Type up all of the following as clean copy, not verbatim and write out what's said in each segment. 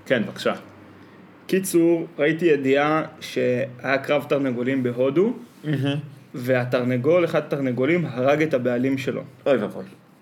כן, בבקשה. קיצור, ראיתי ידיעה שהיה קרב תרנגולים בהודו, והתרנגול, אחד התרנגולים, הרג את הבעלים שלו. אוי ואבוי.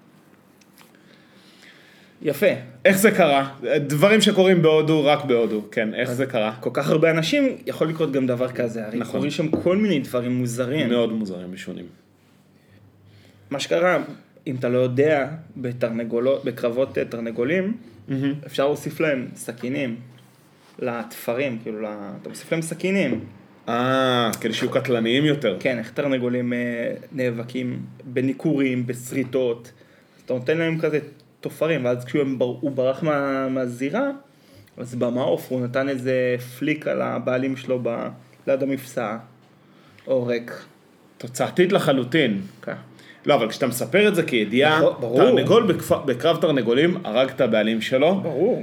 יפה. איך זה קרה? דברים שקורים בהודו, רק בהודו. כן, איך זה קרה? כל כך הרבה אנשים, יכול לקרות גם דבר כזה. הרי קוראים שם כל מיני דברים מוזרים. מאוד מוזרים ושונים. מה שקרה, אם אתה לא יודע, בקרבות תרנגולים, אפשר להוסיף להם סכינים לתפרים, כאילו, אתה מוסיף להם סכינים. כדי שיהיו קטלניים יותר. כן, איך תרנגולים נאבקים בניקורים, בסריטות. אתה נותן להם כזה תופרים, ואז כשהוא ברח מהזירה, אז במעוף הוא נתן איזה פליק על הבעלים שלו ליד המפסע, עורק. תוצאתית לחלוטין. כן. לא, אבל כשאתה מספר את זה כידיעה, ברור. תרנגול בקרב תרנגולים הרג את הבעלים שלו. ברור.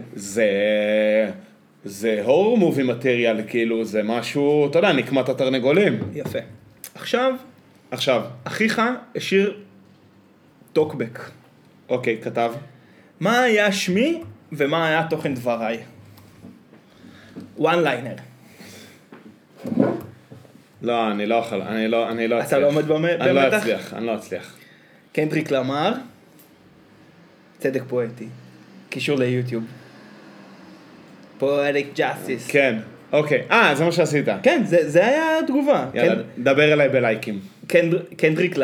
זה הורר מובי מטריאל, כאילו, זה משהו, אתה יודע, נקמת התרנגולים. יפה. עכשיו, אחיך השאיר טוקבק. אוקיי, כתב. מה היה שמי ומה היה תוכן דבריי? one liner. לא, אני לא יכול, אני לא אצליח. אתה לא עומד במתח? אני לא אצליח. קנדריק למר, צדק פואטי, קישור ליוטיוב. פואטיק ג'אסטיס. כן, אוקיי. זה מה שעשית. כן, זה היה התגובה. יאללה, דבר אליי בלייקים. קנדריק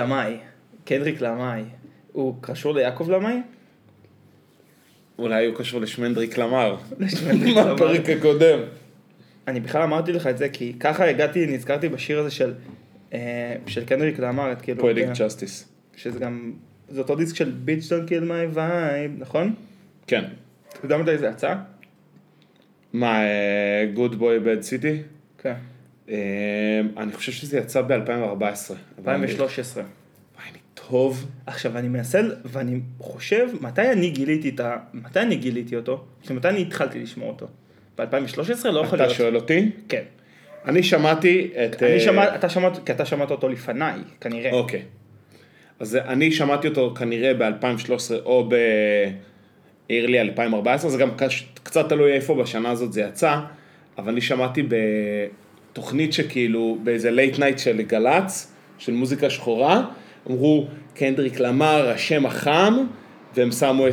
למאי. הוא קשור ליעקב למאי? אולי הוא קשור לשמנדריק למר. לשמנדריק למר. מהפרק הקודם. אני בכלל אמרתי לך את זה, כי ככה נזכרתי בשיר הזה של קנדריק למר, כאילו... פואטיק ג'אסטיס. שזה גם, זה אותו דיסק של Bitch Don't Kill My Vibe, נכון? כן. אתה יודע מתי זה יצא? מה, Good Boy Bad City? כן. אני חושב שזה יצא ב-2014. 2013. אני טוב. עכשיו אני מנסה, ואני חושב, מתי אני גיליתי אותו? מתי אני התחלתי לשמוע אותו? ב-2013? לא יכול להיות. אתה שואל אותי? כן. אני שמעתי את... כי אתה שמעת אותו לפניי, כנראה. אוקיי. אז אני שמעתי אותו כנראה ב-2013 או ב-early 2014, זה גם קצת תלוי איפה בשנה הזאת זה יצא, אבל אני שמעתי בתוכנית שכאילו, באיזה late night של גלץ, של מוזיקה שחורה, אמרו קנדריק למר, השם החם, והם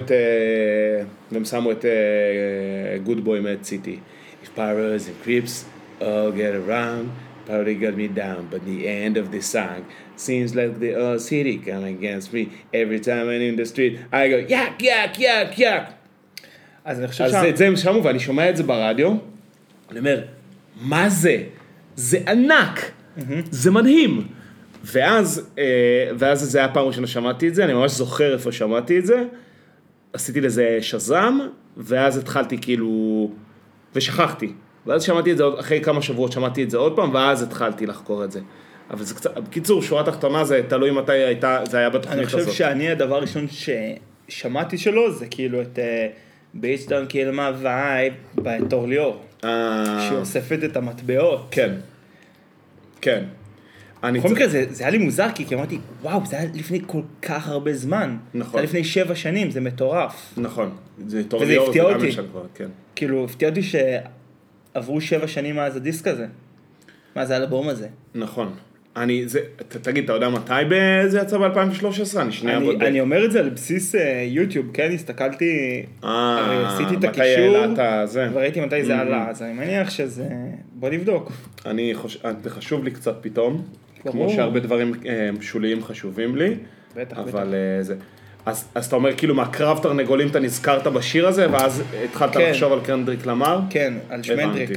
שמו את Good Boy Mad City. If powers and creeps all get around, probably got me down, but the end of the song seems like the whole city coming against me. Every time I'm in the street, I go, yak, yak, yak, yak. אז אני חושב אז את זה הם שמו, ואני שומע את זה ברדיו, אני אומר, מה זה? זה ענק, זה מדהים. ואז זה היה פעם ראשונה שמעתי את זה, אני ממש זוכר איפה שמעתי את זה, עשיתי לזה שזם, ואז התחלתי כאילו, ושכחתי. ואז שמעתי את זה אחרי כמה שבועות, שמעתי את זה עוד פעם, ואז התחלתי לחקור את זה. אבל זה קצת, בקיצור, שורה תחתונה זה תלוי מתי זה היה בתוכנית הזאת. אני חושב שאני הדבר הראשון ששמעתי שלו, זה כאילו את Bitch Don't Kill My Vibe, בתור ליאור. שאוספת את המטבעות. כן. כן. בכל מקרה, זה היה לי מוזר, כי אמרתי, וואו, זה היה לפני כל כך הרבה זמן. נכון. זה היה לפני 7 שנים, זה מטורף. נכון. וזה הפתיע אותי. כאילו, הפתיע אותי שעברו 7 שנים מאז הדיסק הזה. מאז האלבום הזה. נכון. תגיד, אתה יודע מתי זה יצא ב-2013? אני שנייה בודק. אני אומר את זה על בסיס יוטיוב, כן? הסתכלתי, עשיתי את מתי הקישור, העלת זה? וראיתי מתי זה עלה, אז אני מניח שזה... בוא נבדוק. זה חשוב לי קצת פתאום, ברור. כמו שהרבה דברים שוליים חשובים לי, בטח, אבל זה... אז אתה אומר, כאילו, מהקרב תרנגולים אתה נזכרת בשיר הזה, ואז התחלת לחשוב על קנדריק למר? כן, על שמנדריק.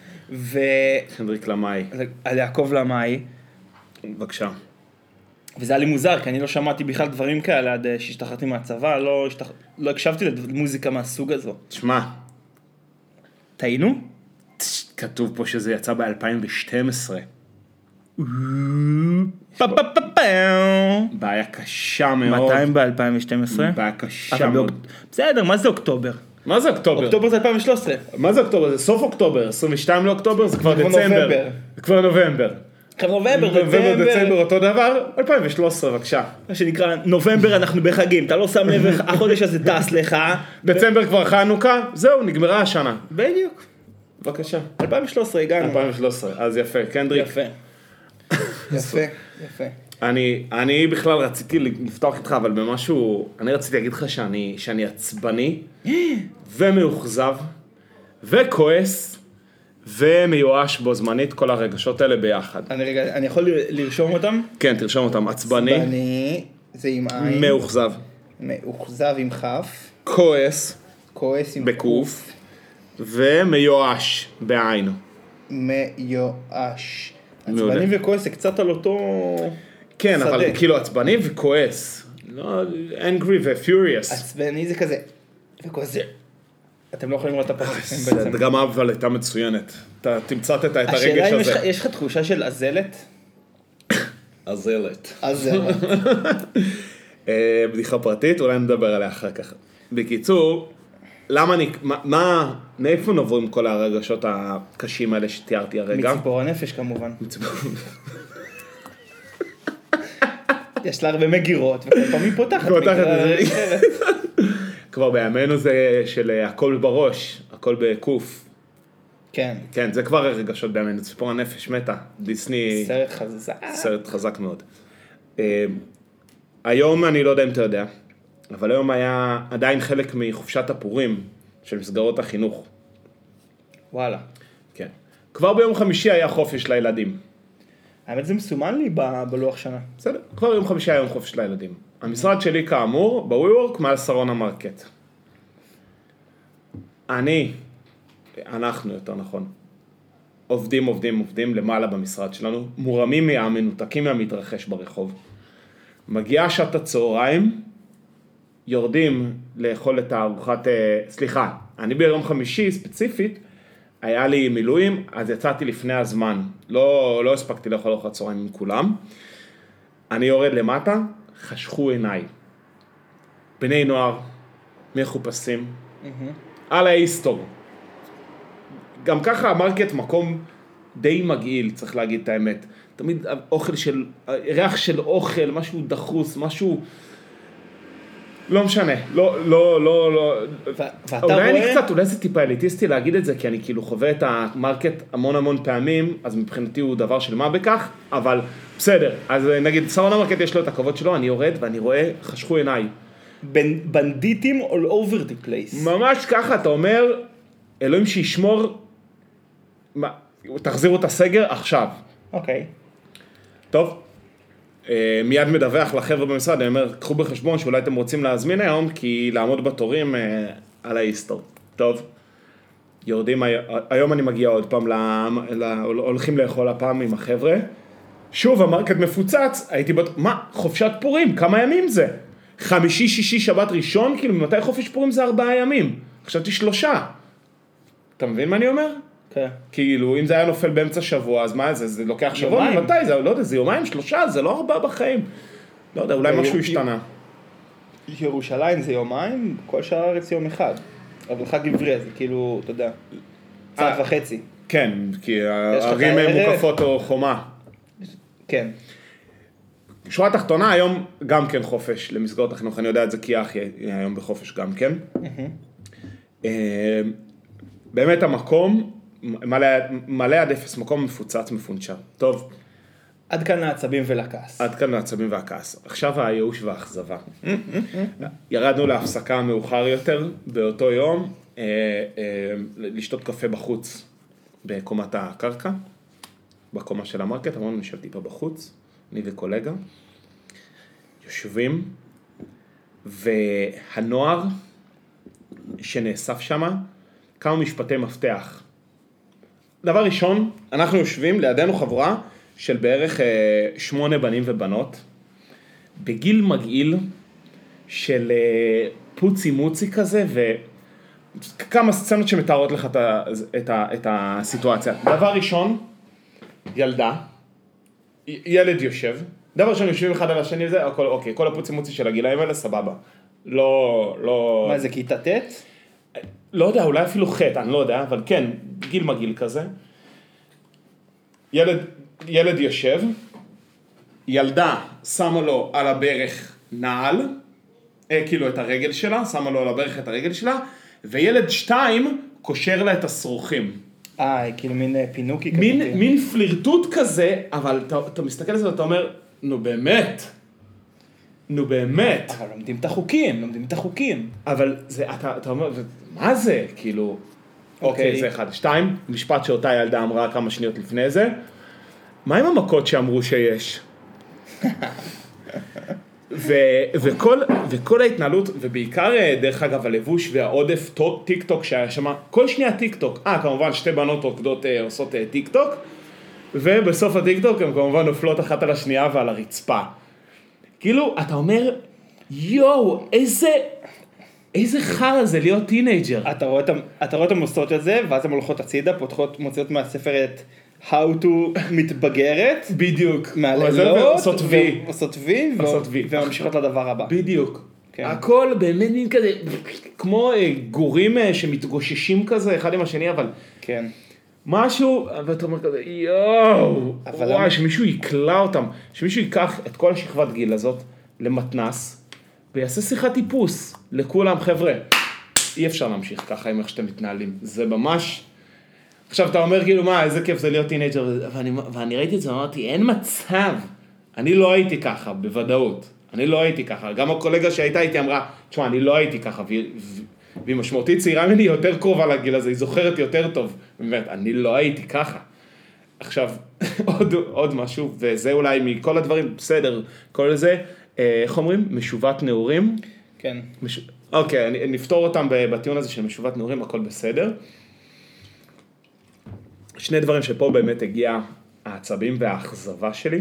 קנדריק למאי. על יעקב למאי. בבקשה. וזה היה לי מוזר, כי אני לא שמעתי בכלל דברים כאלה עד שהשתחררתי מהצבא, לא הקשבתי למוזיקה מהסוג הזו. תשמע. טעינו? כתוב פה שזה יצא ב-2012. בעיה קשה מאוד. 200 ב-2012? בעיה קשה מאוד. בסדר, מה זה אוקטובר? מה זה אוקטובר? אוקטובר זה 2013. מה זה אוקטובר? זה סוף אוקטובר, 22 לאוקטובר, זה כבר דצמבר. זה כבר נובמבר. עכשיו נובמבר, דצמבר אותו דבר, 2013 בבקשה. מה שנקרא, נובמבר אנחנו בחגים, אתה לא שם לב איך החודש הזה טס לך. דצמבר כבר חנוכה, זהו, נגמרה השנה. בדיוק. בבקשה. 2013 הגענו. 2013, אז יפה, קנדריק. יפה. אני בכלל רציתי לפתוח איתך, אבל במשהו, אני רציתי להגיד לך שאני עצבני, ומאוכזב, וכועס, ומיואש בו זמנית, כל הרגשות האלה ביחד. אני יכול לרשום אותם? כן, תרשום אותם. עצבני. עצבני, זה עם עין. מאוכזב. מאוכזב עם כף. כועס. כועס עם בקוף. ומיואש בעין. מיואש. עצבני וכועס זה קצת על אותו... כן, אבל כאילו עצבני וכועס. לא, angry ו-furious. עצבני זה כזה. וכועס זה... אתם לא יכולים לראות את הפרסים בעצם. הדגמה אבל הייתה מצוינת. אתה תמצאת את הרגש הזה. השאלה אם יש לך תחושה של אזלת? אזלת. אזלת. בדיחה פרטית, אולי נדבר עליה אחר כך. בקיצור, מאיפה נובעים כל הרגשות הקשים האלה שתיארתי הרגע? מציפור הנפש כמובן. יש לה הרבה מגירות, וכל פעם היא פותחת. כבר בימינו זה של הכל בראש, הכל בקוף. כן. כן, זה כבר הרגשות בימינו, ציפור הנפש מתה, דיסני... סרט חזק. סרט חזק מאוד. היום אני לא יודע אם אתה יודע, אבל היום היה עדיין חלק מחופשת הפורים של מסגרות החינוך. וואלה. כן. כבר ביום חמישי היה חופש לילדים. האמת זה מסומן לי בלוח שנה. בסדר, כבר יום חמישי היה יום חופש לילדים. המשרד שלי כאמור, בווי-וורק, מעל שרון המרקט. אנחנו יותר נכון, עובדים למעלה במשרד שלנו, מורמים מנותקים מהמתרחש ברחוב. מגיעה שעת הצהריים, יורדים לאכול את הארוחת, אני ביום חמישי ספציפית, היה לי מילואים, אז יצאתי לפני הזמן, לא הספקתי לאכול ארוחת צהריים עם כולם. אני יורד למטה, חשכו עיניי. בני נוער, מחופשים, על ההיסטור. גם ככה המרקט מקום די מגעיל, צריך להגיד את האמת. תמיד ריח של אוכל, משהו דחוס, משהו... לא משנה, אולי זה טיפה אליטיסטי להגיד את זה, כי אני כאילו חווה את המרקט המון פעמים, אז מבחינתי הוא דבר של מה בכך, אבל בסדר, אז נגיד, שרון המרקט יש לו את הכבוד שלו, אני יורד ואני רואה, חשכו עיניי. בנדיטים all over the place. ממש ככה, אתה אומר, אלוהים שישמור, תחזירו את הסגר עכשיו. אוקיי. טוב. מיד מדווח לחבר'ה במשרד, אני אומר, קחו בחשבון שאולי אתם רוצים להזמין היום, כי לעמוד בתורים על ההיסטור. טוב, יורדים, היום אני מגיע עוד פעם, הולכים לאכול הפעם עם החבר'ה, שוב המרקט מפוצץ, הייתי מה, חופשת פורים, כמה ימים זה? חמישי, שישי, שבת ראשון, כאילו ממתי חופש פורים זה 4 ימים? חשבתי 3. אתה מבין מה אני אומר? כן. כאילו, אם זה היה נופל באמצע שבוע, אז מה זה? זה לוקח שבוע? ממתי? זה לא יודע, זה 2-3, זה לא 4 בחיים. לא יודע, אולי משהו השתנה. ירושלים זה 2, כל שאר הארץ יום אחד. אבל חג עברי, זה כאילו, אתה יודע, 1.5 שעות. כן, כי הערים מוקפות או חומה. כן. שורה תחתונה, היום גם כן חופש למסגרות החינוך, אני יודע את זה כי אחי היום בחופש גם כן. באמת המקום, מלא עד אפס, מקום מפוצץ, מפונצ'ר. טוב. עד כאן לעצבים ולכעס. עד כאן לעצבים והכעס. עכשיו הייאוש והאכזבה. ירדנו להפסקה מאוחר יותר באותו יום, לשתות קפה בחוץ בקומת הקרקע, בקומה של המרקט, אמרנו נשב טיפה בחוץ, אני וקולגה, יושבים, והנוער שנאסף שם, כמה משפטי מפתח. דבר ראשון, אנחנו יושבים לידינו חבורה של בערך 8 בנים ובנות, בגיל מגעיל של פוצי מוצי כזה, וכמה סצנות שמתארות לך את הסיטואציה. דבר ראשון, ילדה, ילד יושב, דבר ראשון יושבים אחד על השני וזה, אוקיי, כל הפוצי מוצי של הגילאים האלה, סבבה. לא... מה זה, כיתה ט'? לא יודע, אולי אפילו חטא, אני לא יודע, אבל כן, גיל מגעיל כזה. ילד ילד יושב, ילדה שמה לו על הברך נעל, כאילו את הרגל שלה, שמה לו על הברך את הרגל שלה, וילד 2 קושר לה את השרוכים. כאילו מין פינוקי כזה. מין פלירטוט כזה, אבל אתה מסתכל על זה ואתה אומר, נו באמת. אבל לומדים את החוקים. אבל זה, אתה אומר, מה זה? כאילו, אוקיי, זה 1. 2, משפט שאותה ילדה אמרה כמה שניות לפני זה, מה עם המכות שאמרו שיש? וכל ההתנהלות, ובעיקר דרך אגב הלבוש והעודף טיק טוק שהיה שם, כל שנייה טיק טוק, כמובן 2 בנות רוקדות עושות טיק טוק, ובסוף הטיק טוק הן כמובן נופלות אחת על השנייה ועל הרצפה. כאילו, אתה אומר, יואו, איזה חרא זה להיות טינג'ר. אתה רואה אותם עושות את זה, ואז הן הולכות הצידה, מוציאות מהספר את How to מתבגרת. בדיוק. מהלילות, עושות וי, וממשיכות לדבר הבא. בדיוק. הכל באמת מין כזה, כמו גורים שמתגוששים כזה, אחד עם השני, אבל... כן. משהו, ואתה אומר כזה, יואו, וואי, שמישהו יקלע אותם, שמישהו ייקח את כל השכבת גיל הזאת למתנס, ויעשה שיחת טיפוס לכולם, חבר'ה, אי אפשר להמשיך ככה עם איך שאתם מתנהלים, זה ממש, עכשיו אתה אומר כאילו, מה, איזה כיף זה להיות טינג'ר, ואני ראיתי את זה, אמרתי, אין מצב, אני לא הייתי ככה, בוודאות, אני לא הייתי ככה, גם הקולגה שהייתה איתי אמרה, תשמע, אני לא הייתי ככה, והיא משמעותית צעירה ממני יותר קרובה לגיל הזה, היא זוכרת יותר טוב, באמת, אני לא הייתי ככה. עכשיו, עוד משהו, וזה אולי מכל הדברים, בסדר, כל זה, איך אומרים? משובת נעורים? כן. אוקיי, נפתור אותם בטיעון הזה של משובת נעורים, הכל בסדר. 2 דברים שפה באמת הגיע העצבים והאכזבה שלי.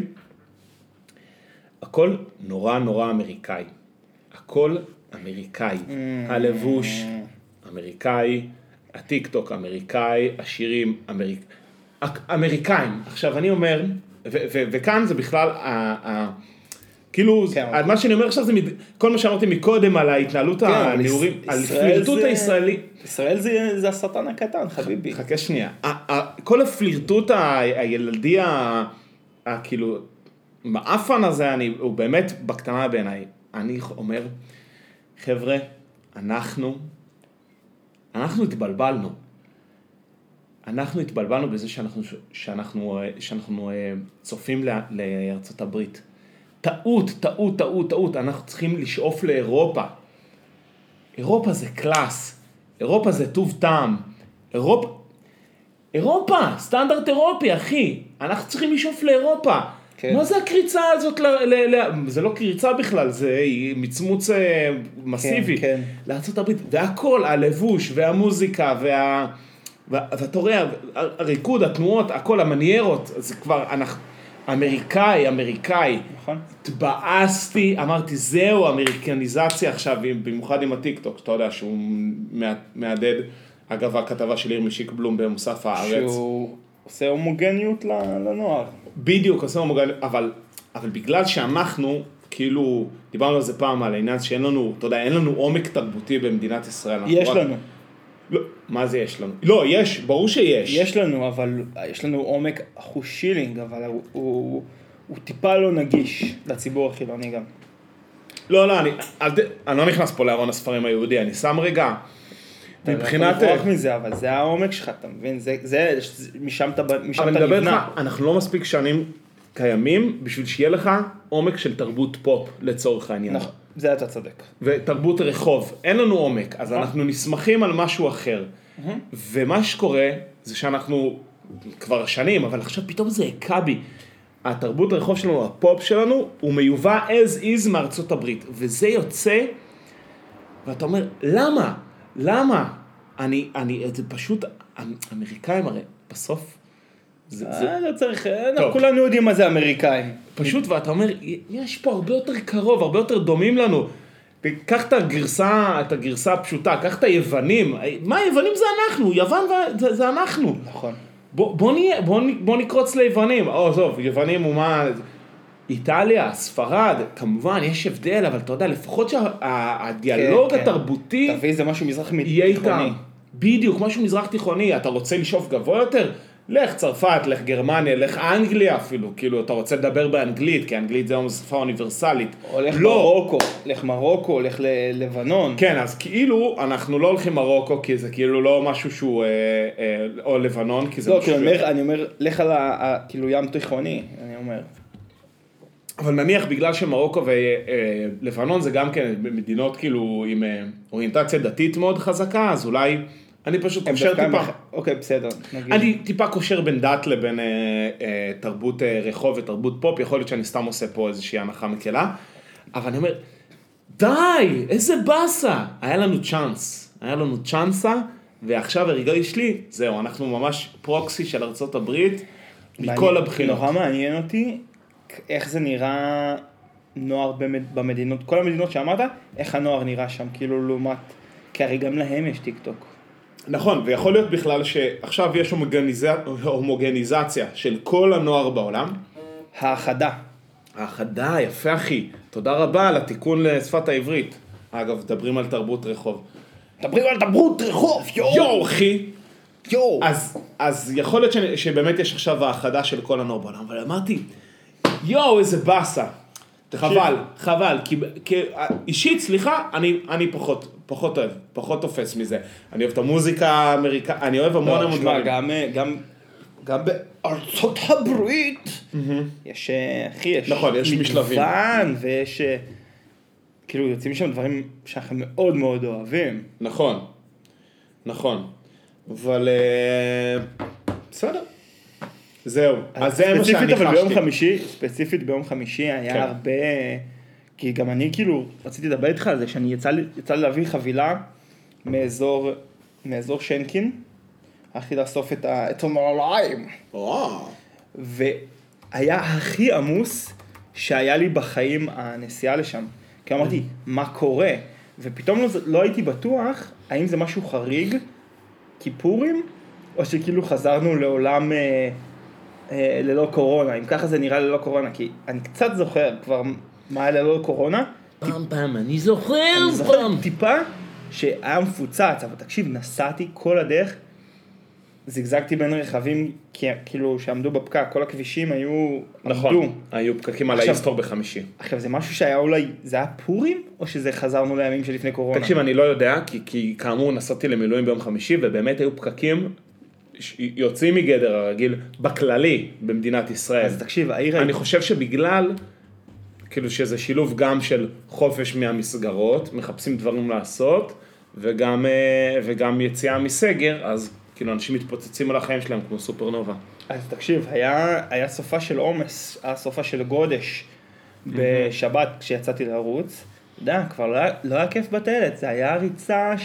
הכל נורא נורא אמריקאי. הכל אמריקאי. הלבוש אמריקאי, הטיק טוק אמריקאי, השירים אמריקאים. עכשיו אני אומר, וכאן זה בכלל, כאילו, מה שאני אומר עכשיו זה כל מה שאמרתי מקודם על ההתנהלות הנעורים, על פלירטוט הישראלי. ישראל זה השטן הקטן, חביבי. חכה שנייה. כל הפלירטוט הילדי, כאילו, מאפן הזה, הוא באמת בקטנה בעיניי. אני אומר, חבר'ה, אנחנו התבלבלנו. אנחנו התבלבלנו בזה שאנחנו צופים לארצות הברית. טעות. אנחנו צריכים לשאוף לאירופה. אירופה זה קלאס. אירופה זה טוב טעם. אירופה, סטנדרט אירופי, אחי. אנחנו צריכים לשאוף לאירופה. מה זה הקריצה הזאת? זה לא קריצה בכלל, זה מצמוץ מסיבי. לארצות הברית, והכל, הלבוש והמוזיקה ואתה רואה, הריקוד, התנועות, הכל, המניירות, זה כבר, אמריקאי. נכון. התבאסתי, אמרתי, זהו, אמריקניזציה עכשיו, במיוחד עם הטיק-טוק, שאתה יודע שהוא מעדד, אגב, הכתבה של ירמי שיק בלום במוסף הארץ. שהוא עושה הומוגניות לנוער. בדיוק, עושה הומוגניות, אבל בגלל שאנחנו, כאילו, דיברנו על זה פעם, על העניין שאין לנו, אתה יודע, אין לנו עומק תרבותי במדינת ישראל. יש לנו. לא, מה זה יש לנו? לא, יש, ברור שיש. יש לנו, אבל יש לנו עומק אחושילינג, אבל הוא טיפה לא נגיש לציבור החילוני גם. לא, אני לא נכנס פה לארון הספרים היהודי, אני שם רגע, מבחינת... אתה לא מזה, אבל זה העומק שלך, אתה מבין? משם אתה נבנה. אנחנו לא מספיק שנים קיימים, בשביל שיהיה לך עומק של תרבות פופ לצורך העניין. נכון. זה אתה צודק. ותרבות רחוב, אין לנו עומק, אז אנחנו נסמכים על משהו אחר. ומה שקורה זה שאנחנו כבר שנים, אבל עכשיו פתאום זה הקאבי. התרבות הרחוב שלנו, הפופ שלנו, הוא מיובא as is מארצות הברית. וזה יוצא, ואתה אומר, למה? זה פשוט, אמריקאים הרי, בסוף, לא צריך, אנחנו כולנו יודעים מה זה אמריקאים. פשוט, ואתה אומר, יש פה הרבה יותר קרוב, הרבה יותר דומים לנו. קח את הגרסה הפשוטה, קח את היוונים. מה, היוונים זה אנחנו, יוון זה אנחנו. נכון. בוא נקרוץ ליוונים. עזוב, יוונים הוא מה... איטליה, ספרד, כמובן, יש הבדל, אבל אתה יודע, לפחות שהדיאלוג התרבותי... תביא, זה משהו מזרח תיכוני. בדיוק, משהו מזרח תיכוני. אתה רוצה לשאוף גבוה יותר? לך צרפת, לך גרמניה, לך אנגליה אפילו, כאילו אתה רוצה לדבר באנגלית, כי אנגלית זה היום שפה אוניברסלית. או לך מרוקו, לך ללבנון. כן, אז כאילו אנחנו לא הולכים מרוקו, כי זה כאילו לא משהו שהוא, או לבנון, כי זה לא, משהו... אני אומר, לך על כאילו ים תיכוני, אני אומר. אבל נניח בגלל שמרוקו ולבנון זה גם כן מדינות כאילו עם אוריינטציה דתית מאוד חזקה, אז אולי אני פשוט קושר טיפה. אוקיי, בסדר. אני טיפה קושר בין דת לבין תרבות רחוב ותרבות פופ, יכול להיות שאני סתם עושה פה איזושהי הנחה מקלה, אבל אני אומר, די, איזה באסה, היה לנו צ'אנסה, ועכשיו הרגש לי, זהו, אנחנו ממש פרוקסי של ארצות הברית, מכל הבחינות. נורא מעניין אותי, איך זה נראה נוער במדינות, כל המדינות שאמרת, איך הנוער נראה שם, כאילו לעומת, כי הרי גם להם יש טיק טוק. נכון, ויכול להיות בכלל שעכשיו יש הומוגניזציה של כל הנוער בעולם. האחדה, יפה אחי. תודה רבה על התיקון לשפת העברית. אגב, מדברים על תרבות רחוב. יואו, אחי. יואו. אז יכול להיות שבאמת יש עכשיו האחדה של כל הנוער בעולם, אבל אמרתי, יואו, איזה באסה. חבל, כי אישית, סליחה, אני פחות אוהב, פחות תופס מזה. אני אוהב את המוזיקה האמריקאית, אני אוהב המון דברים. גם בארצות הברית, יש, אחי, יש מגוון, ויש, כאילו, יוצאים משם דברים שאנחנו מאוד מאוד אוהבים. נכון, אבל, בסדר. זהו, אז זה מה שאני חשתי. ספציפית ביום חמישי היה הרבה, כי גם אני כאילו רציתי לדבר איתך על זה, שאני יצא לי להביא חבילה מאזור שנקין, הלכתי לאסוף את הנעליים, והיה הכי עמוס שהיה לי בחיים הנסיעה לשם, כי אמרתי, מה קורה? ופתאום לא הייתי בטוח, האם זה משהו חריג, כיפורים, או שכאילו חזרנו לעולם ללא קורונה, אם ככה זה נראה ללא קורונה, כי אני קצת זוכר כבר מה היה ללא קורונה. פעם, אני זוכר טיפה שהיה מפוצץ, אבל תקשיב, נסעתי כל הדרך, זגזגתי בין רכבים, כאילו שעמדו בפקק, כל הכבישים עמדו. נכון, היו פקקים על האיסטור בחמישי. עכשיו, זה משהו שהיה אולי, זה היה פורים, או שזה חזרנו לימים שלפני קורונה? תקשיב, אני לא יודע, כי כאמור נסעתי למילואים ביום חמישי, ובאמת היו פקקים יוצאים מגדר הרגיל בכללי במדינת ישראל. אז תקשיב, אני חושב שבגלל, כאילו שזה שילוב גם של חופש מהמסגרות, מחפשים דברים לעשות, וגם יציאה מסגר, אז כאילו אנשים מתפוצצים על החיים שלהם כמו סופרנובה. אז תקשיב, היה סופה של עומס, היה סופה של גודש בשבת כשיצאתי לרוץ, כבר לא היה כיף בטיילת, זה היה ריצה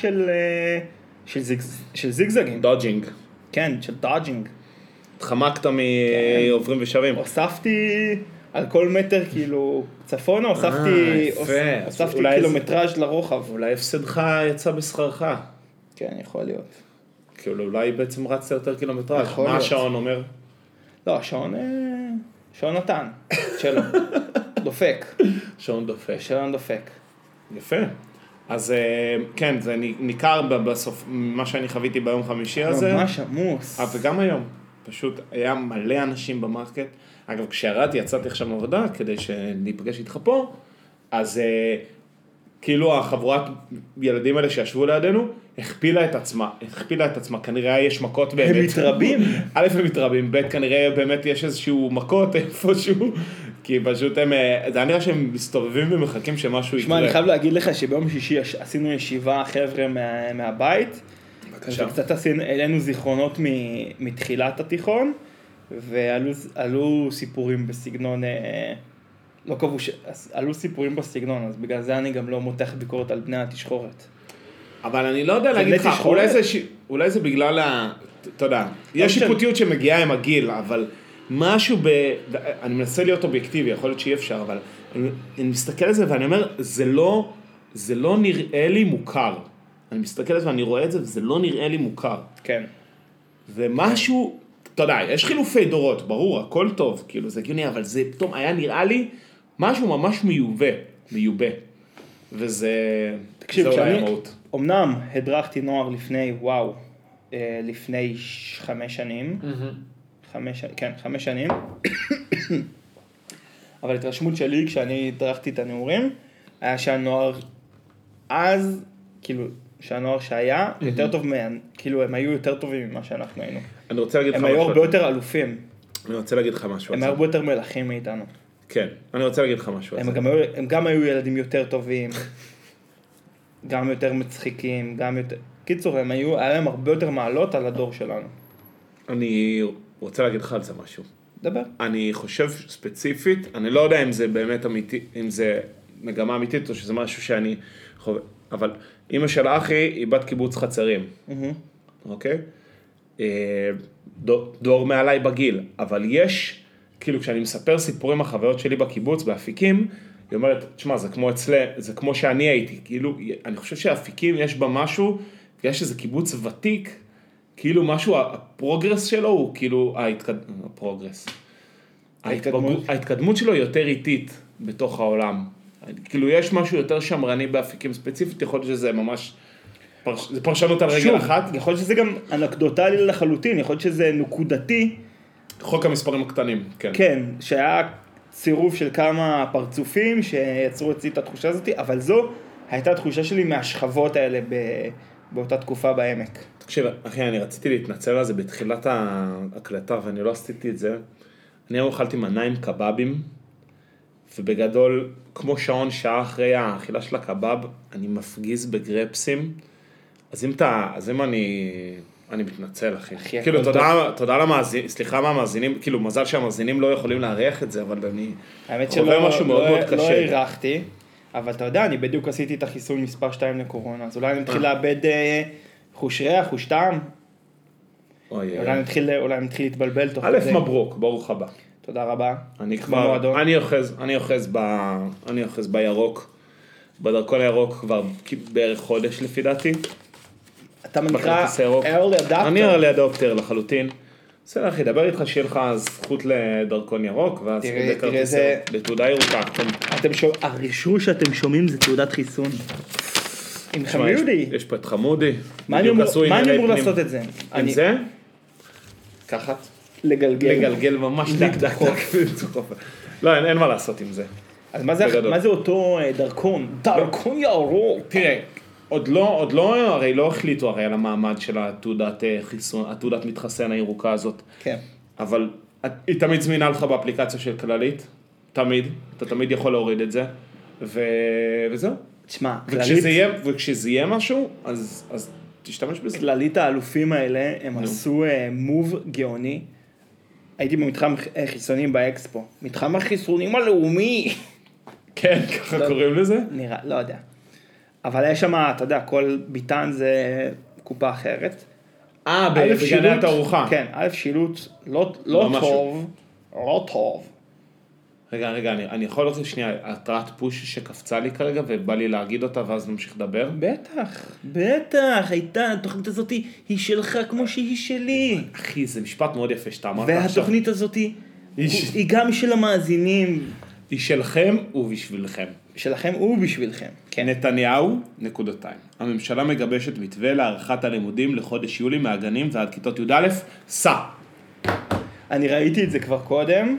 של זיגזגים. דודג'ינג. כן, של דודג'ינג. התחמקת מעוברים ושבים. הוספתי על כל מטר כאילו צפונה, הוספתי קילומטראז' לרוחב. אולי הפסדך יצא בשכרך. כן, יכול להיות. כאילו אולי בעצם רצת יותר קילומטראז'. מה השעון אומר? לא, השעון נתן, שלו. דופק. שעון דופק. יפה. אז כן, זה ניכר בסוף, מה שאני חוויתי ביום חמישי הזה. ממש עמוס. וגם היום. פשוט היה מלא אנשים במרקט. אגב, כשירדתי, יצאתי עכשיו מעבודה, כדי שניפגש איתך פה, אז כאילו החבורת ילדים האלה שישבו לידינו, הכפילה את עצמה, כנראה יש מכות באמת. הם מתרבים. א', הם מתרבים, ב', כנראה באמת יש איזשהו מכות איפשהו, כי פשוט זה היה נראה שהם מסתובבים ומחכים שמשהו יקרה. שמע, אני חייב להגיד לך שביום שישי עשינו ישיבה חבר'ה מהבית, וקצת עלינו זיכרונות מתחילת התיכון, ועלו סיפורים בסגנון, לא קבעו, עלו סיפורים בסגנון, אז בגלל זה אני גם לא מותח ביקורת על בני התשחורת. אבל אני לא יודע להגיד לך, אולי זה בגלל אתה יודע, יש שיפוטיות שמגיעה עם הגיל, אבל משהו אני מנסה להיות אובייקטיבי, יכול להיות שאי אפשר, אבל אני מסתכל על זה ואני אומר, זה לא נראה לי מוכר. אני מסתכל על זה ואני רואה את זה, וזה לא נראה לי מוכר. כן. ומשהו, אתה יודע, יש חילופי דורות, ברור, הכל טוב, כאילו זה הגיוני, אבל זה פתאום היה נראה לי משהו ממש מיובא. וזה, תקשיב, אמנם הדרכתי נוער לפני, וואו, לפני 5 שנים. 5 שנים. אבל התרשמות שלי כשאני הדרכתי את הנעורים, היה שהנוער אז, כאילו, שהנוער שהיה יותר טוב כאילו הם היו יותר טובים ממה שאנחנו היינו. אני רוצה להגיד לך הם משהו. היו הרבה יותר אלופים. אני רוצה להגיד לך משהו. הם היו הרבה יותר מלכים מאיתנו. כן, אני רוצה להגיד לך משהו. הם גם היו ילדים יותר טובים, גם יותר מצחיקים, גם יותר... קיצור, היה להם הרבה יותר מעלות על הדור שלנו. אני רוצה להגיד לך על זה משהו. דבר. אני חושב ספציפית, אני לא יודע אם זה באמת אמיתי, אם זה מגמה אמיתית או שזה משהו שאני חווה, אבל אמא של אחי היא בת קיבוץ חצרים, אוקיי? דור מעליי בגיל, אבל יש, כאילו כשאני מספר סיפורים החוויות שלי בקיבוץ, באפיקים, היא אומרת, תשמע, זה כמו שאני הייתי, כאילו, אני חושב שהאפיקים יש בה משהו, יש איזה קיבוץ ותיק, כאילו משהו, הפרוגרס שלו הוא כאילו, ההתקדמות שלו היא יותר איטית בתוך העולם. כאילו יש משהו יותר שמרני באפיקים ספציפית, יכול להיות שזה ממש, זה פרשנות על רגל אחת. יכול להיות שזה גם אנקדוטלי לחלוטין, יכול להיות שזה נקודתי. חוק המספרים הקטנים, כן. כן, שהיה צירוף של כמה פרצופים שיצרו אצלי את התחושה הזאת, אבל זו הייתה תחושה שלי מהשכבות האלה באותה תקופה בעמק. תקשיב, אחי, אני רציתי להתנצל על זה בתחילת ההקלטה, ואני לא עשיתי את זה. אני היום אכלתי מנה עם קבבים, ובגדול, כמו שעון שעה אחרי האכילה של הקבב, אני מפגיז בגרפסים. אז אם אני מתנצל, אחי. כאילו, תודה למאזינים, סליחה מהמאזינים, כאילו, מזל שהמאזינים לא יכולים להריח את זה, אבל אני חווה משהו מאוד מאוד קשה. לא הערכתי, אבל אתה יודע, אני בדיוק עשיתי את החיסון מספר 2 לקורונה, אז אולי אני מתחיל לאבד חוש ריח, חוש טעם. אולי אני מתחיל להתבלבל תוך כדי. מברוק, ברוך הבא. תודה רבה. אני אוחז בירוק, בדרכון הירוק כבר בערך חודש לפי דעתי. אתה מנקרא early adopter. אני early adopter לחלוטין. בסדר אחי, דבר איתך שיהיה לך זכות לדרכון ירוק, ואז תראה זה... לתעודה ירוקה. הרישוי שאתם שומעים זה תעודת חיסון. עם חמודי. יש פה את חמודי. מה אני אמור לעשות את זה? עם זה? ככה. לגלגל ממש דק. לא, אין מה לעשות עם זה. אז מה זה אותו דרכון? דרכון ירוק. תראה, עוד לא, הרי לא החליטו הרי על המעמד של התעודת חיסון, התעודת מתחסן הירוקה הזאת. כן. אבל היא תמיד זמינה לך באפליקציה של כללית. תמיד. אתה תמיד יכול להוריד את זה. וזהו. תשמע, וכשזה יהיה משהו, אז תשתמש בזה. כללית האלופים האלה, הם עשו מוב גאוני. הייתי במתחם חיסונים באקספו. מתחם החיסונים הלאומי. כן, ככה קוראים לזה? נראה, לא יודע. אבל יש שם, אתה יודע, כל ביטן זה קופה אחרת. בגני התערוכה. כן, שילוט לא טוב. רגע, אני יכול לעשות שנייה, התראת פוש שקפצה לי כרגע, ובא לי להגיד אותה, ואז נמשיך לדבר? בטח, הייתה, התוכנית הזאת היא שלך כמו שהיא שלי. אחי, זה משפט מאוד יפה שאתה אמרת עכשיו. והתוכנית הזאת היא גם של המאזינים. היא שלכם ובשבילכם. שלכם ובשבילכם. כן. נתניהו, נקודתיים. הממשלה מגבשת מתווה להארכת הלימודים לחודש יולי מהגנים ועד כיתות י"א, סע. אני ראיתי את זה כבר קודם.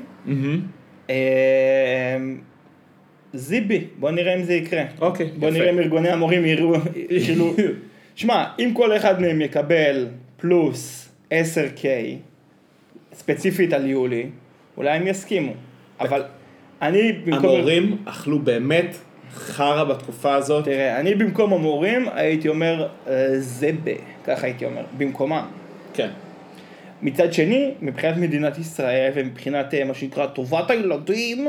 זיבי, בוא נראה אם זה יקרה. אוקיי, בוא נראה אם ארגוני המורים יראו, כאילו, שמע, אם כל אחד מהם יקבל פלוס 10K, ספציפית על יולי, אולי הם יסכימו. אבל אני במקום... המורים אכלו באמת חרה בתקופה הזאת. תראה, אני במקום המורים הייתי אומר זבה, ככה הייתי אומר, במקומם. כן. מצד שני, מבחינת מדינת ישראל ומבחינת מה שנקרא טובת הילדים,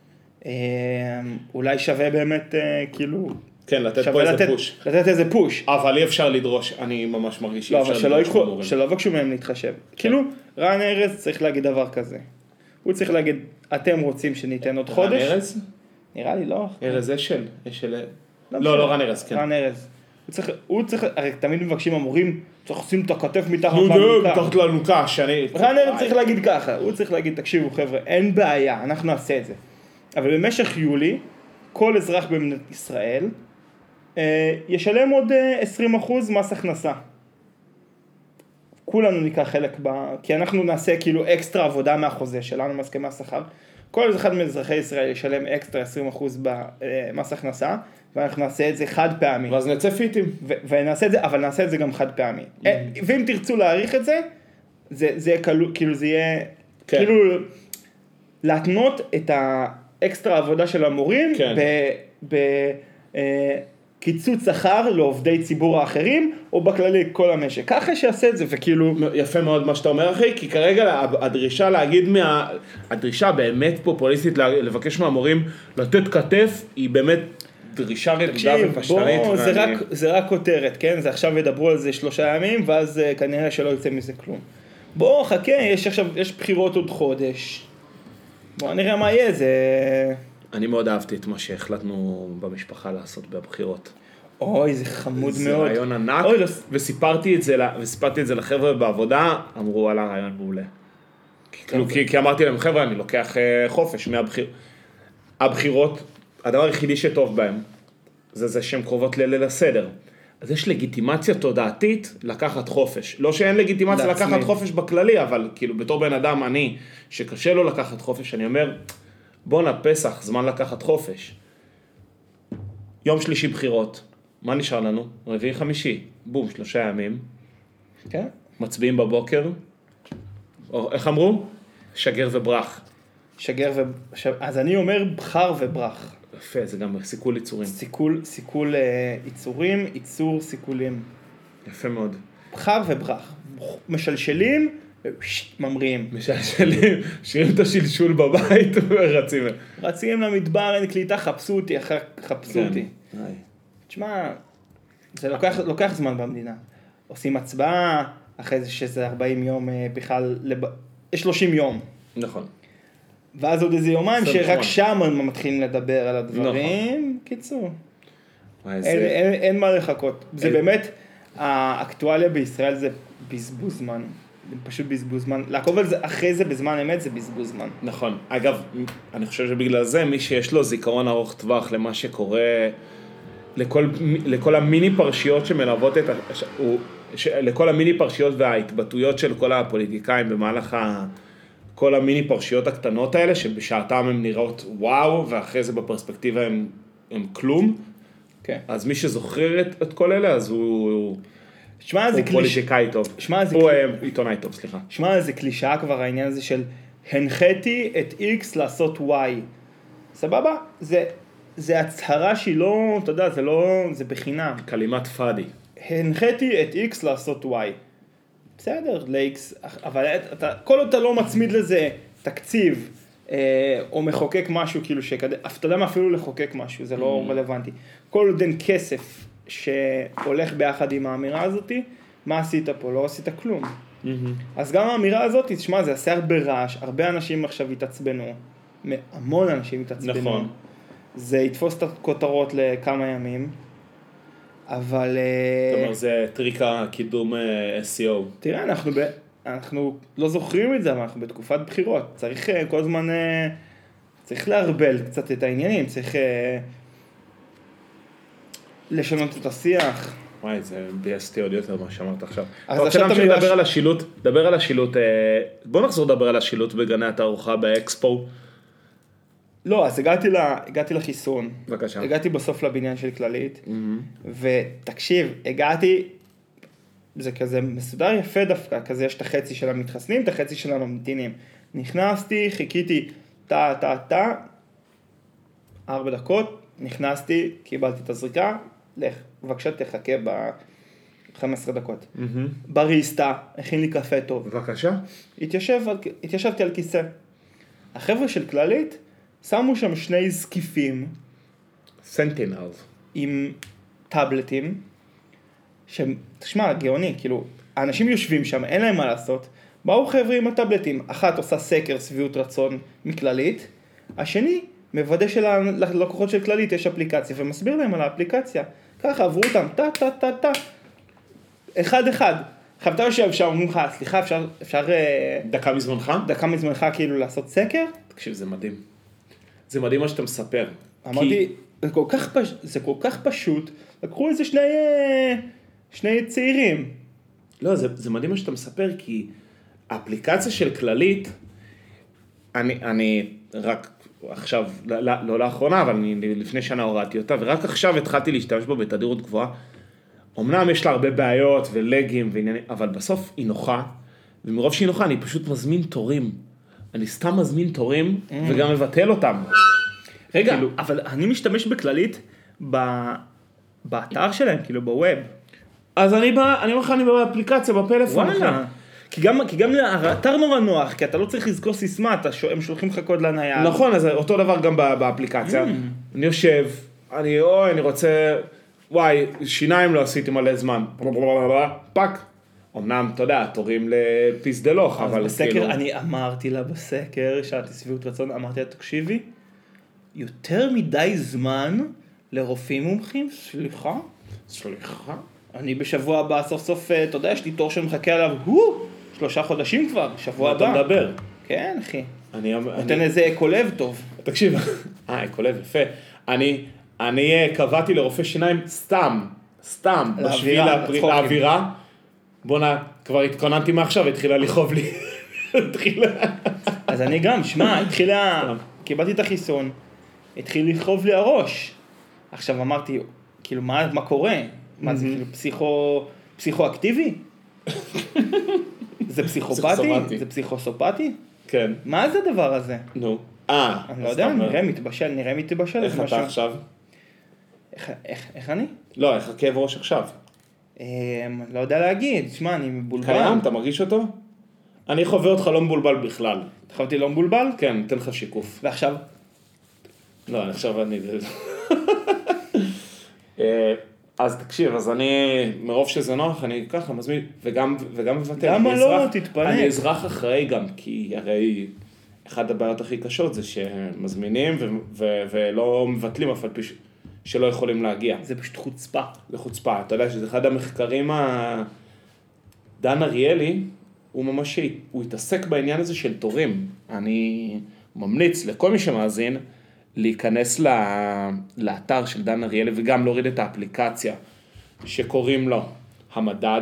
אולי שווה באמת כאילו... כן, לתת פה איזה פוש. לתת איזה פוש. אבל אי אפשר לדרוש, אני ממש מרגיש שאי אפשר לדרוש במורים. שלא יבקשו מהם להתחשב. כאילו, רן ארז צריך להגיד דבר כזה. הוא צריך להגיד, אתם רוצים שניתן עוד חודש? רן ארז? נראה לי לא. ארז אשל. לא רן ארז, כן. רן ארז. הוא צריך, הרי תמיד מבקשים המורים, צריך לשים את הכתף מתחת לאלונקה. מתחת לאלונקה, שאני... רן ארז צריך להגיד ככה, הוא צריך להגיד, תקשיבו חבר'ה, אין בעיה, אנחנו נעשה את זה. אבל במשך יולי, כל אזרח במדינת ישראל, ישלם עוד 20% מס הכנסה. כולנו ניקח חלק כי אנחנו נעשה כאילו אקסטרה עבודה מהחוזה שלנו, מהסכמי השכר. כל אחד מאזרחי ישראל ישלם אקסטרה 20% במס הכנסה, ואנחנו נעשה את זה חד פעמי. ואז נצא פיטים. ונעשה את זה, אבל נעשה את זה גם חד פעמי. ואם תרצו להעריך את זה, זה יהיה כאילו זה יהיה, כאילו להתנות את האקסטרה עבודה של המורים, קיצוץ שכר לעובדי ציבור האחרים, או בכללי כל המשק. ככה שיעשה את זה, וכאילו... יפה מאוד מה שאתה אומר, אחי, כי כרגע הדרישה להגיד הדרישה באמת פופוליסטית לבקש מהמורים לתת כתף, היא באמת דרישה רדודה ופשטנית. בוא, זה רק כותרת, כן? זה עכשיו ידברו על זה 3 ימים, ואז כנראה שלא יצא מזה כלום. בוא, חכה, יש בחירות עוד חודש. בוא נראה מה יהיה, זה... אני מאוד אהבתי את מה שהחלטנו במשפחה לעשות בבחירות. אוי, זה חמוד מאוד. זה רעיון ענק, וסיפרתי את זה לחבר'ה בעבודה, אמרו, וואלה, רעיון מעולה. כי אמרתי להם, חבר'ה, אני לוקח חופש הבחירות, הדבר היחידי שטוב בהם, זה שהן קרובות ליל הסדר. אז יש לגיטימציה תודעתית לקחת חופש. לא שאין לגיטימציה לקחת חופש בכללי, אבל כאילו בתור בן אדם אני, שקשה לו לקחת חופש, אני אומר, בוא פסח, זמן לקחת חופש. יום שלישי בחירות. מה נשאר לנו? רביעי חמישי. בום, 3 ימים. כן. מצביעים בבוקר. איך אמרו? שגר וברח. אז אני אומר בחר וברח. יפה, זה גם סיכול יצורים. סיכול יצורים, ייצור סיכולים. יפה מאוד. בחר וברח. משלשלים, ממריאים. משלשלים, שירים את השלשול בבית ורצים. רצים למדבר, אין קליטה, חפשו אותי. תשמע, זה לוקח זמן במדינה. עושים הצבעה, אחרי זה שזה 40 יום בכלל, יש 30 יום. נכון. ואז עוד איזה יומיים שרק שם מתחילים לדבר על הדברים. קיצור. אין מה לחכות. זה באמת, האקטואליה בישראל זה בזבוז זמן. פשוט בזבוז זמן. לעקוב על זה אחרי זה בזמן אמת זה בזבוז זמן. נכון. אגב, אני חושב שבגלל זה מי שיש לו זיכרון ארוך טווח למה שקורה, לכל המיני פרשיות שמלוות לכל המיני פרשיות וההתבטאויות של כל הפוליטיקאים במהלך כל המיני פרשיות הקטנות האלה, שבשעתם הם נראות וואו, ואחרי זה בפרספקטיבה הם כלום. כן. אז מי שזוכר את כל אלה, אז הוא פוליטיקאי טוב. הוא עיתונאי טוב, סליחה. שמע, זה קלישאה כבר העניין הזה של הנחיתי את X לעשות Y. סבבה? זה הצהרה שהיא לא, אתה יודע, זה בחינם. כלימת פאדי. הנחיתי את X לעשות Y. בסדר, ל-X, אבל כל עוד אתה לא מצמיד לזה תקציב, או מחוקק משהו, כאילו אתה יודע מה אפילו לחוקק משהו, זה לא רלוונטי. כל עוד אין כסף שהולך ביחד עם האמירה הזאת, מה עשית פה? לא עשית כלום. אז גם האמירה הזאת, תשמע, זה עושה הרבה רעש, הרבה אנשים עכשיו התעצבנו, המון אנשים התעצבנו. נכון. זה יתפוס את הכותרות לכמה ימים, אבל... זאת אומרת, זה טריק הקידום SEO. תראה, אנחנו לא זוכרים את זה, אבל אנחנו בתקופת בחירות. צריך כל הזמן, צריך להרבל קצת את העניינים, צריך לשנות את השיח. וואי, זה ביאסתי עוד יותר מה שאמרת עכשיו. אז עכשיו תמשיך לדבר על השילוט, בוא נחזור לדבר על השילוט בגני התערוכה באקספו. לא, אז הגעתי לחיסון. בבקשה. הגעתי בסוף לבניין של כללית, ותקשיב, הגעתי, זה כזה מסודר יפה דווקא, כזה יש את החצי של המתחסנים, את החצי של הממתינים. נכנסתי, חיכיתי, 4 דקות, נכנסתי, קיבלתי את הזריקה, לך, בבקשה תחכה ב-15 דקות. בריסטה, הכין לי קפה טוב. בבקשה. התיישבתי על כיסא. החבר'ה של כללית, שמו שם 2 זקיפים. סנטינלס. עם טאבלטים. תשמע, גאוני, כאילו, האנשים יושבים שם, אין להם מה לעשות. באו חבר'ה עם הטאבלטים. אחת עושה סקר סביעות רצון מכללית. השני, מוודא שללקוחות של כללית יש אפליקציה, ומסביר להם על האפליקציה. ככה עברו אותם, אחד. חייבת יושב שם, אומרים לך, סליחה, אפשר... דקה מזמנך? דקה מזמנך כאילו לעשות סקר? תקשיב, זה מדהים. זה מדהים מה שאתה מספר. אמרתי, זה כל כך פשוט, לקחו איזה 2 צעירים. לא, זה מדהים מה שאתה מספר, כי האפליקציה של כללית, אני רק עכשיו, לא לאחרונה, אבל לפני שנה הורדתי אותה, ורק עכשיו התחלתי להשתמש בה בתדירות גבוהה. אמנם יש לה הרבה בעיות ולגים ועניינים, אבל בסוף היא נוחה, ומרוב שהיא נוחה אני פשוט מזמין תורים. אני סתם מזמין תורים וגם מבטל אותם. רגע, כאילו, אבל אני משתמש בכללית באתר שלהם, כאילו בווב. אז אני אומר לך, אני באפליקציה, בפלאפון. וואלה. כי גם האתר נורא נוח, כי אתה לא צריך לזכור סיסמה, הם שולחים לך קוד לנייד. נכון, אז אותו דבר גם באפליקציה. אני יושב, אני רוצה, וואי, שיניים לא עשיתי מלא זמן. פאק. אמנם, אתה יודע, תורים לפיסדלוך, אבל בסקר, אני אמרתי לה בסקר, שאלתי סביבות רצון, אמרתי לה, תקשיבי, יותר מדי זמן לרופאים מומחים, סליחה. אני בשבוע הבא, סוף סוף, אתה יודע, יש לי תור שמחכה עליו, 3 חודשים כבר, שבוע הבא. אתה מדבר. כן, אחי. נותן איזה אקולב טוב. תקשיב, אקולב, יפה. אני קבעתי לרופא שיניים סתם, בשביל האווירה. בונה, כבר התכוננתי מעכשיו, התחילה לכאוב לי. אז אני גם, שמע, קיבלתי את החיסון, התחיל לכאוב לי הראש. עכשיו אמרתי, כאילו, מה קורה? מה זה, כאילו, פסיכואקטיבי? זה פסיכופתי? זה פסיכוסופתי? כן. מה זה הדבר הזה? נו. אני לא יודע, נראה מתבשל. איך אתה עכשיו? איך אני? לא, איך הכאב ראש עכשיו? לא יודע להגיד, שמע, אני מבולבל. קיים, אתה מרגיש אותו? אני חווה אותך לא מבולבל בכלל. חוויתי לא מבולבל? כן, ניתן לך שיקוף. ועכשיו? לא, עכשיו אני... אז תקשיב, אז אני, מרוב שזה נוח, אני ככה מזמין, וגם מבטל. למה לא? תתפנק. אני אזרח אחראי גם, כי הרי אחת הבעיות הכי קשות זה שמזמינים ולא מבטלים, אף על פי שלא יכולים להגיע. זה פשוט חוצפה. זה חוצפה. אתה יודע שזה אחד המחקרים, דן אריאלי, הוא ממש, הוא התעסק בעניין הזה של תורים. אני ממליץ לכל מי שמאזין, להיכנס לאתר של דן אריאלי, וגם להוריד את האפליקציה שקוראים לו המדד.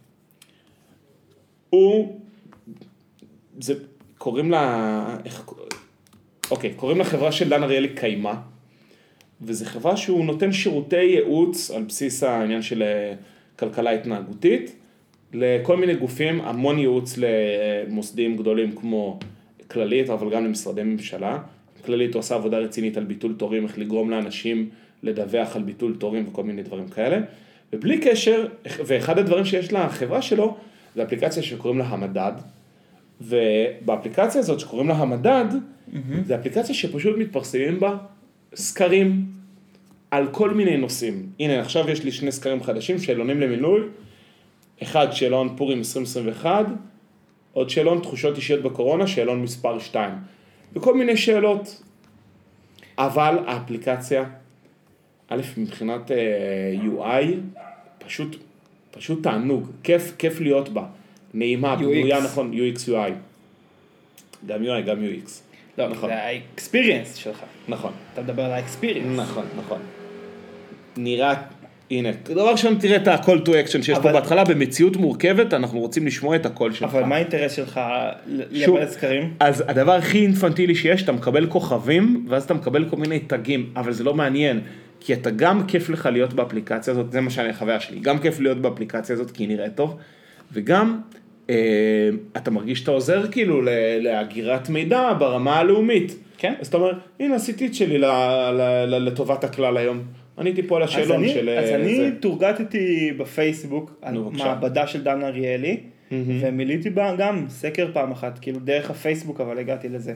קוראים לחברה של דן אריאלי קיימה, וזו חברה שהוא נותן שירותי ייעוץ על בסיס העניין של כלכלה התנהגותית, לכל מיני גופים, המון ייעוץ למוסדים גדולים כמו כללית, אבל גם למשרדי ממשלה. כללית הוא עושה עבודה רצינית על ביטול תורים, איך לגרום לאנשים לדווח על ביטול תורים וכל מיני דברים כאלה. ובלי קשר, ואחד הדברים שיש לחברה שלו, זה אפליקציה שקוראים לה המדד, ובאפליקציה הזאת שקוראים לה המדד, זה אפליקציה שפשוט מתפרסמים בה סקרים על כל מיני נושאים. הנה, עכשיו יש לי 2 סקרים חדשים, שאלונים למילוי, אחד שאלון פורים 2021, עוד שאלון תחושות אישיות בקורונה, שאלון מספר 2. וכל מיני שאלות, אבל האפליקציה, א', מבחינת UI, פשוט תענוג, כיף להיות בה, נעימה, בנויה נכון, UX UI, גם UI, גם UX. לא, נכון. זה האקספיריאנס שלך. נכון. אתה מדבר על האקספיריאנס. נכון. נראה, הנה, דבר ראשון תראה את ה-call to action שיש פה בהתחלה, במציאות מורכבת, אנחנו רוצים לשמוע את הקול שלך. אבל מה האינטרס שלך למלא סקרים? אז הדבר הכי אינפנטילי שיש, אתה מקבל כוכבים, ואז אתה מקבל כל מיני תגים, אבל זה לא מעניין, כי אתה גם כיף לך להיות באפליקציה הזאת, זה מה שאני החוויה שלי, גם כיף להיות באפליקציה הזאת, כי היא נראית טוב, וגם אתה מרגיש שאתה עוזר כאילו להגירת מידע ברמה הלאומית. כן. אז אתה אומר, הנה עשיתי את שלי לטובת הכלל היום. אני הייתי פה על השאלון של... אז אני תורגטתי בפייסבוק על מעבדה של דן אריאלי, ומיליתי בה גם סקר פעם אחת, כאילו דרך הפייסבוק, אבל הגעתי לזה.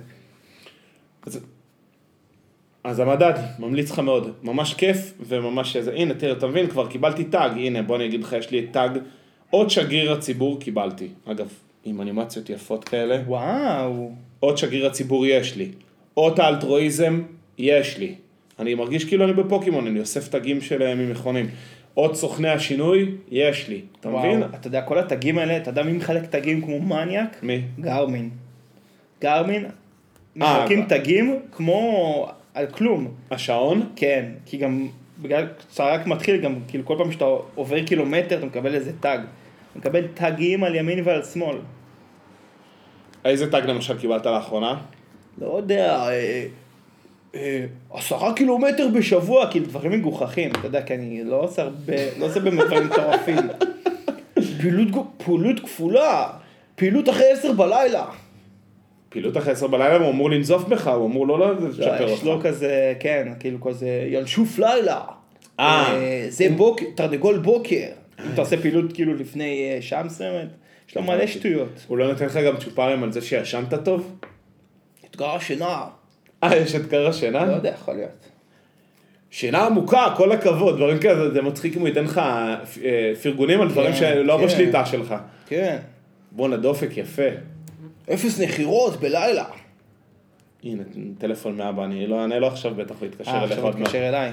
אז המדד, ממליץ לך מאוד, ממש כיף וממש איזה, הנה תראה, אתה מבין, כבר קיבלתי טאג, הנה בוא אני אגיד לך, יש לי טאג, עוד שגריר הציבור קיבלתי, אגב, עם אנימציות יפות כאלה. וואו. עוד שגריר הציבור יש לי, עוד האלטרואיזם יש לי, אני מרגיש כאילו אני בפוקימון, אני אוסף טאגים שלהם ממכונים, עוד סוכני השינוי יש לי, אתה מבין? אתה יודע, כל הטאגים האלה, אתה יודע מי מחלק טאגים כמו מניאק? מי? גארמין, מחלקים טאגים כמו על כלום. השעון? כן, כי גם בגלל שאתה רק מתחיל, גם כאילו כל פעם שאתה עובר קילומטר, אתה מקבל איזה טאג. מקבל תגים על ימין ועל שמאל. איזה טאג למשל קיבלת לאחרונה? לא יודע, 10 קילומטר בשבוע, כאילו דברים מגוחכים, אתה יודע, כי אני לא עושה הרבה, לא עושה באמת דברים מטורפים. פעילות כפולה, פעילות אחרי 10 בלילה. פעילות אחרי 10 בלילה, הוא אמור לנזוף בך, הוא אמור לא לשפר אותך. יש לו כזה, כן, כאילו כזה ינשוף לילה. זה תרנגול בוקר. אם אתה עושה פעילות כאילו לפני שעה מסוימת, יש לו מלא שטויות. הוא לא נותן לך גם צ'ופרים על זה שישנת טוב? אתגר השינה. יש אתגר השינה? לא יודע, יכול להיות. שינה עמוקה, כל הכבוד, דברים כאלה, זה מצחיק אם הוא ייתן לך פרגונים על דברים שלא בשליטה שלך. כן. בוא דופק יפה. 0 נחירות בלילה. הנה, טלפון מאבא, אני לא אענה לו עכשיו, בטח הוא יתקשר אליך. עכשיו הוא יתקשר אליי.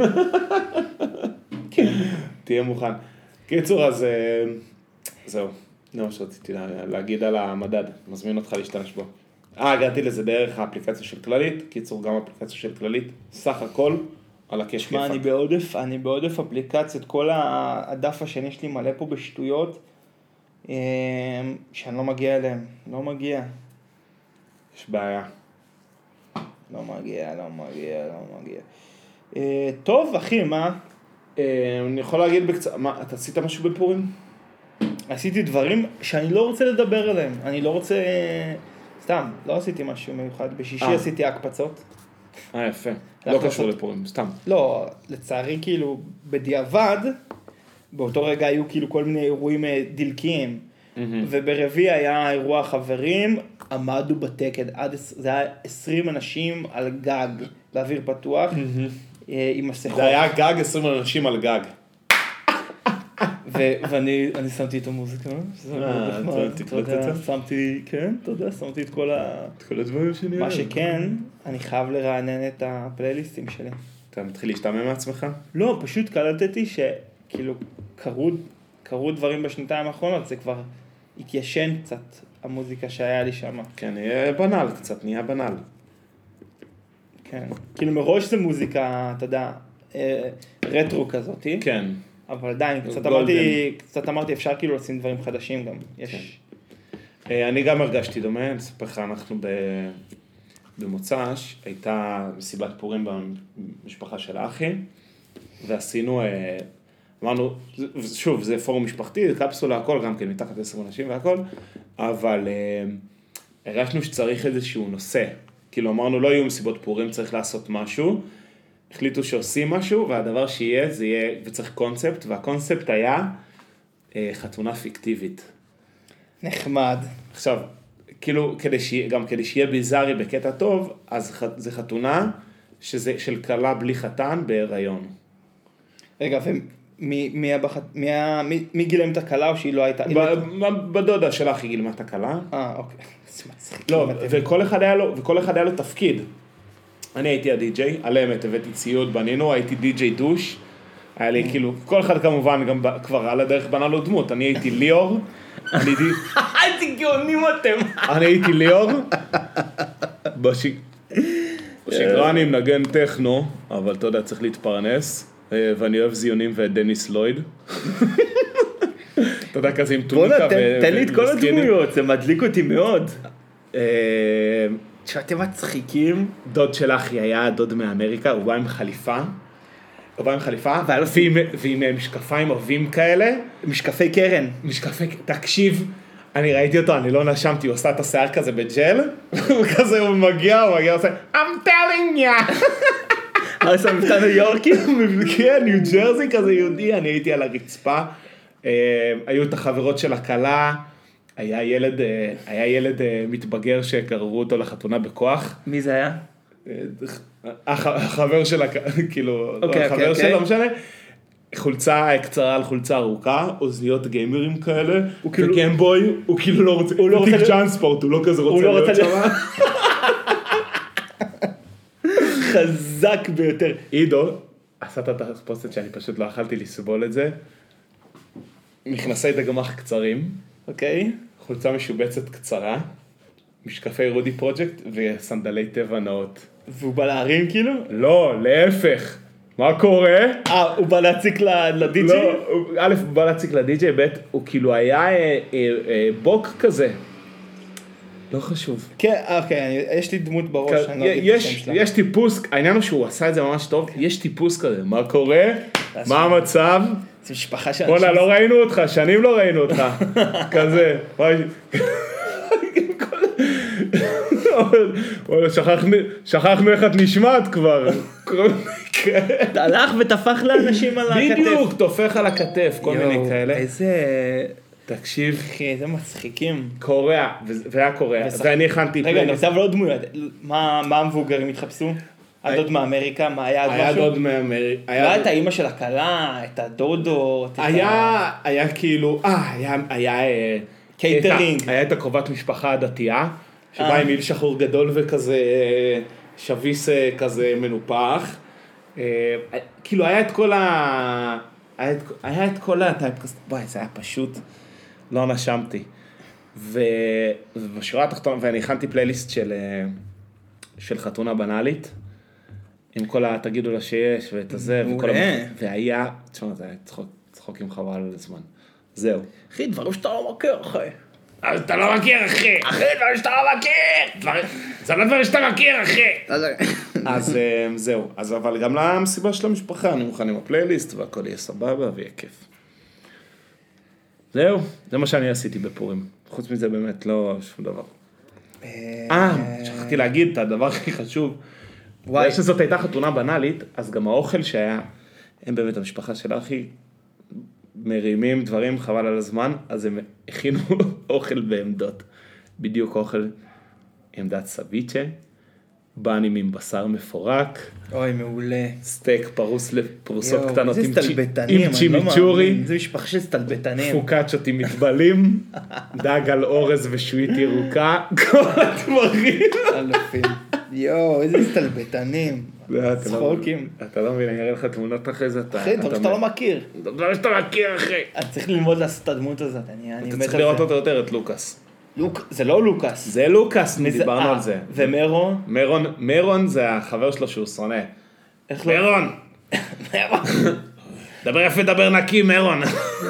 תהיה מוכן. קיצור, אז זהו. זה מה שרציתי להגיד על המדד. מזמין אותך להשתמש בו. הגעתי לזה דרך האפליקציה של כללית. קיצור, גם האפליקציה של כללית. סך הכל על הכיף כיפה. אני בעודף אפליקציות. כל הדף השני שלי מלא פה בשטויות. שאני לא מגיע אליהם. לא מגיע. יש בעיה. לא מגיע. טוב, אחי, מה? אני יכול להגיד בקצרה, מה, אתה עשית משהו בפורים? עשיתי דברים שאני לא רוצה לדבר עליהם. אני לא רוצה... סתם, לא עשיתי משהו מיוחד. בשישי עשיתי הקפצות. יפה. לא קשור לפורים, סתם. לא, לצערי כאילו, בדיעבד, באותו רגע היו כאילו כל מיני אירועים דלקיים. וברביעי היה אירוע חברים, עמדו בתקד, זה היה 20 אנשים על גג, באוויר פתוח, עם מסכות. זה היה גג 20 אנשים על גג. ואני שמתי את המוזיקה, שזה מאוד נחמד, שמתי את כל הדברים שאני מה שכן, אני חייב לרענן את הפלייליסטים שלי. אתה מתחיל להשתמם מעצמך? לא, פשוט קלטתי שכאילו קרו דברים בשנתיים האחרונות, זה כבר התיישן קצת, המוזיקה שהיה לי שם. כן, נהיה בנאל קצת, נהיה בנאל. כן, כאילו מראש זה מוזיקה, אתה יודע, רטרו כזאת. כן. אבל עדיין, קצת אמרתי, אפשר כאילו לשים דברים חדשים גם, יש. אני גם הרגשתי דומה, אני אספר לך, אנחנו במוצ"ש, הייתה מסיבת פורים במשפחה של האחי, ועשינו, אמרנו, שוב, זה פורום משפחתי, זה קפסולה, הכל, גם כן, מתחת 10 אנשים והכל, אבל הרגשנו שצריך איזשהו נושא, כאילו אמרנו, לא יהיו מסיבות פורים, צריך לעשות משהו, החליטו שעושים משהו, והדבר שיהיה, זה יהיה, וצריך קונספט, והקונספט היה חתונה פיקטיבית. נחמד. עכשיו, כאילו, גם כדי שיהיה ביזארי בקטע טוב, אז זה חתונה שזה של כלה בלי חתן בהיריון. רגע, מי גילם את הכלה או שהיא לא הייתה? בדודה שלך היא גילמה את הכלה. אוקיי. לא, וכל אחד היה לו תפקיד. אני הייתי הדי-ג'יי, על אמת, הבאתי ציוד, בנינו, הייתי די-ג'יי דוש, היה לי כאילו, כל אחד כמובן גם כבר על הדרך בנה לו דמות, אני הייתי ליאור, הייתי גאונים אתם. אני הייתי ליאור, בשגרה אני מנגן טכנו, אבל אתה יודע, צריך להתפרנס, ואני אוהב זיונים ואת דניס לויד. אתה יודע, כזה עם טוניקה תן לי את כל הדמויות, זה מדליק אותי מאוד. שאתם מצחיקים. דוד של אחי היה דוד מאמריקה, הוא בא עם חליפה, ועם משקפיים עבים כאלה. משקפי קרן. תקשיב, אני ראיתי אותו, אני לא נשמתי, הוא עושה את השיער כזה בג'ל, וכזה הוא מגיע, עושה, I'm telling ya. הוא עושה מבטא ניו יורקי? כן, ניו ג'רזי כזה יהודי, אני הייתי על הרצפה, היו את החברות של הכלה, היה ילד מתבגר שקררו אותו לחתונה בכוח. מי זה היה? החבר של, כאילו, החבר שלו, לא משנה. חולצה קצרה על חולצה ארוכה, אוזניות גיימרים כאלה, וגיימבוי, הוא כאילו לא רוצה, הוא תיק ג'אנספורט, הוא לא כזה רוצה להיות שם. חזק ביותר. עידו, עשת את הפוסט שאני פשוט לא אכלתי לסבול את זה. מכנסי דגמח קצרים. אוקיי. חולצה משובצת קצרה, משקפי רודי פרוג'קט וסנדלי טבע נאות. והוא בא להרים כאילו? לא, להפך. מה קורה? הוא בא להציק לדי-ג'יי? לא, א', הוא בא להציק לדי-ג'יי, ב', הוא כאילו היה בוק כזה. לא חשוב. כן, אוקיי, יש לי דמות בראש, אני לא אגיד את השם שלה. יש טיפוס, העניין הוא שהוא עשה את זה ממש טוב, יש טיפוס כזה, מה קורה? מה המצב? זו משפחה של בוא'נה, לא ראינו אותך, שנים לא ראינו אותך. כזה. שכחנו איך את נשמעת כבר. הלך ותפח לאנשים על הכתף. בדיוק, תופך על הכתף, כל מיני כאלה. איזה... תקשיב. אחי, איזה מצחיקים. קוריאה, והיה קוריאה. ואני הכנתי... רגע, אני עושה אבל עוד דמויות. מה המבוגרים התחפשו? הדוד מאמריקה, מה היה עוד משהו? היה דוד מאמריקה. לא את האמא של הכלה, את הדודו. היה כאילו... היה... קייטרינג. היה את הקרובת משפחה הדתייה, שבא עם מיל שחור גדול וכזה שביס כזה מנופח. כאילו היה את כל היה את כל הטייפקאסט, בואי, זה היה פשוט, לא נשמתי. ובשורה התחתונה, ואני הכנתי פלייליסט של חתונה בנאלית, עם כל תגידו לה שיש ואת הזה, והיה, תשמע, זה היה צחוקים חבל על הזמן. זהו. אחי, דברים שאתה לא מכיר, אחי. אז אתה לא מכיר, אחי. אחי, דברים שאתה לא מכיר. זה לא דברים שאתה מכיר, אחי. אז זהו. אז אבל גם למסיבה של המשפחה, אני מוכן עם הפלייליסט, והכל יהיה סבבה ויהיה כיף. זהו. זה מה שאני עשיתי בפורים. חוץ מזה באמת לא שום דבר. שכחתי להגיד את הדבר הכי חשוב. בגלל שזאת הייתה חתונה בנאלית, אז גם האוכל שהיה, הם באמת המשפחה של אחי, מרימים דברים חבל על הזמן, אז הם הכינו אוכל בעמדות. בדיוק אוכל עמדת סביצ'ה, בנים עם בשר מפורק. אוי, מעולה. סטייק פרוס לפרוסות קטנות עם צ'ימיצ'ורי. זה משפחה של סטלבטנים. פוקאצ'ות עם מתבלים, דג על אורז ושועית ירוקה, כל הדברים. אלפים. יואו, איזה סטלבטנים. צחוקים. אתה לא מבין, אני אראה לך תמונות אחרי זה. אחי, דברים שאתה לא מכיר. דברים שאתה מכיר, אחי. אני צריך ללמוד לעשות את הדמות הזאת. אתה צריך לראות אותו יותר, את לוקאס. זה לא לוקאס. זה לוקאס, דיברנו על זה. ומרון? מרון זה החבר שלו שהוא שונא. מרון! מרון! דבר יפה, דבר נקי, מרון.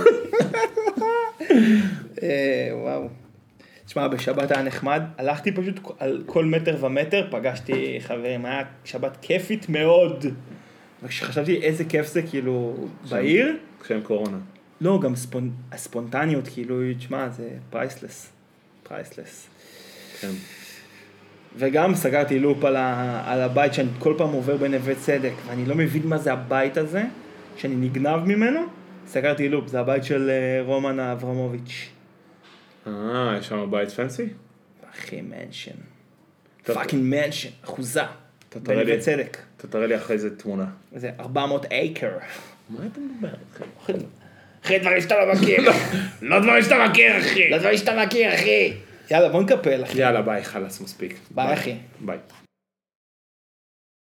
וואו. תשמע, בשבת היה נחמד, הלכתי פשוט על כל מטר ומטר, פגשתי חברים, היה שבת כיפית מאוד. וכשחשבתי איזה כיף זה כאילו בעיר. כשהם קורונה. לא, גם הספונטניות, כאילו, תשמע, זה פרייסלס. פרייסלס. כן. וגם סגרתי לופ על הבית שאני כל פעם עובר בנווה צדק, ואני לא מבין מה זה הבית הזה, שאני נגנב ממנו, סגרתי לופ, זה הבית של רומן אברמוביץ'. יש שם בית פנסי? אחי, מנשן. פאקינג מנשן, אחוזה. בנווה צדק. אתה תראה לי אחרי זה תמונה. זה 400 אקר. מה אתה מדבר? אחי, דברים שאתה לא מכיר. לא דברים שאתה מכיר, אחי. לא דברים שאתה מכיר, אחי. יאללה, בוא נקפל, אחי. יאללה, ביי, חלס, מספיק. ביי, אחי. ביי.